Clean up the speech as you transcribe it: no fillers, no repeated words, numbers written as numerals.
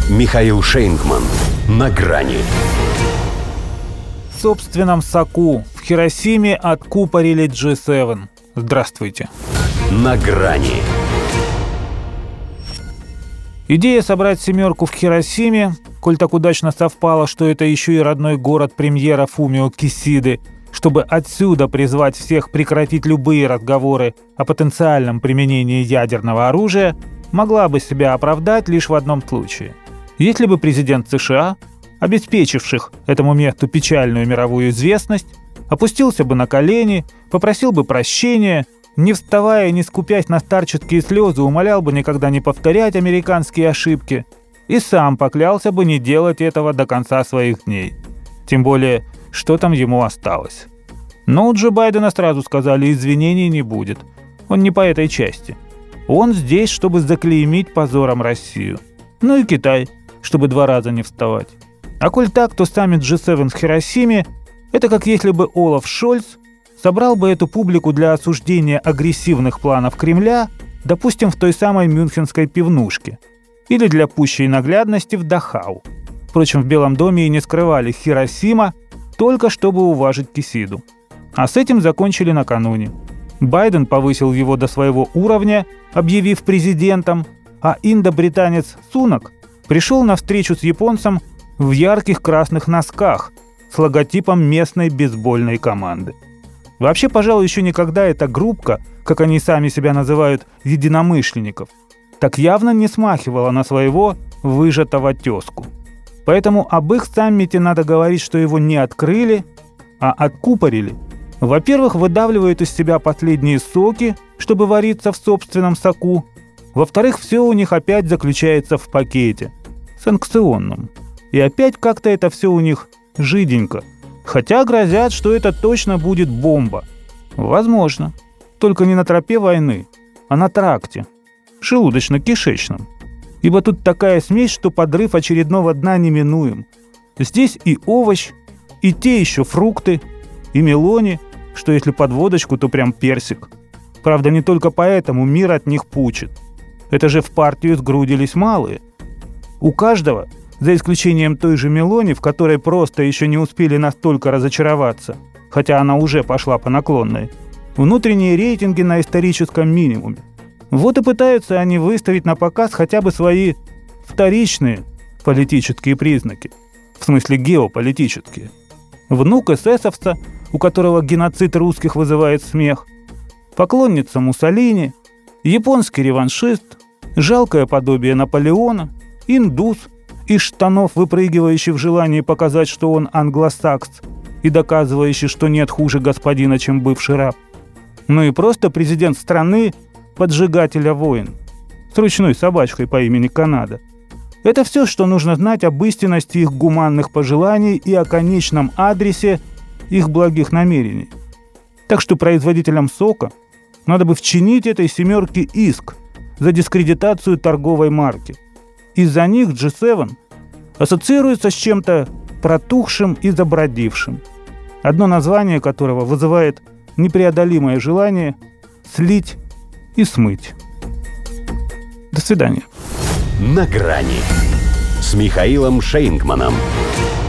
Михаил Шейнгман. На грани. В собственном соку в Хиросиме откупорили G7. Здравствуйте. На грани. Идея собрать «семерку» в Хиросиме, коль так удачно совпало, что это еще и родной город премьера Фумио Кисиды, чтобы отсюда призвать всех прекратить любые разговоры о потенциальном применении ядерного оружия, могла бы себя оправдать лишь в одном случае. Если бы президент США, обеспечивших этому месту печальную мировую известность, опустился бы на колени, попросил бы прощения, не вставая и не скупясь на старческие слезы, умолял бы никогда не повторять американские ошибки и сам поклялся бы не делать этого до конца своих дней. Тем более, что там ему осталось. Но у Джо Байдена сразу сказали, извинений не будет. Он не по этой части. Он здесь, чтобы заклеймить позором Россию. Ну и Китай, чтобы 2 раза не вставать. А коль так, то саммит G7 в Хиросиме – это как если бы Олаф Шольц собрал бы эту публику для осуждения агрессивных планов Кремля, допустим, в той самой мюнхенской пивнушке, или для пущей наглядности в Дахау. Впрочем, в Белом доме и не скрывали Хиросима, только чтобы уважить Кисиду. А с этим закончили накануне. Байден повысил его до своего уровня, объявив президентом, а индо-британец Сунак пришел на встречу с японцем в ярких красных носках с логотипом местной бейсбольной команды. Вообще, пожалуй, еще никогда эта группка, как они сами себя называют, единомышленников, так явно не смахивала на своего выжатого тезку. Поэтому об их саммите надо говорить, что его не открыли, а откупорили. Во-первых, выдавливают из себя последние соки, чтобы вариться в собственном соку. Во-вторых, все у них опять заключается в пакете, санкционном. И опять как-то это все у них жиденько. Хотя грозят, что это точно будет бомба. Возможно. Только не на тропе войны, а на тракте. Желудочно-кишечном. Ибо тут такая смесь, что подрыв очередного дна неминуем. Здесь и овощ, и те еще фрукты, и мелони, что если под водочку, то прям персик. Правда, не только поэтому мир от них пучит. Это же в партию сгрудились малые. У каждого, за исключением той же Мелони, в которой просто еще не успели настолько разочароваться, хотя она уже пошла по наклонной, внутренние рейтинги на историческом минимуме. Вот и пытаются они выставить на показ хотя бы свои вторичные политические признаки, в смысле геополитические. Внук эсэсовца, у которого геноцид русских вызывает смех, поклонница Муссолини, японский реваншист, жалкое подобие Наполеона, индус, из штанов выпрыгивающий в желании показать, что он англосакс, и доказывающий, что нет хуже господина, чем бывший раб. Ну и просто президент страны, поджигателя войн, с ручной собачкой по имени Канада. Это все, что нужно знать об истинности их гуманных пожеланий и о конечном адресе их благих намерений. Так что производителям сока надо бы вчинить этой «семерке» иск за дискредитацию торговой марки. Из-за них G7 ассоциируется с чем-то протухшим и забродившим, одно название которого вызывает непреодолимое желание слить и смыть. До свидания. На грани с Михаилом Шейнгманом.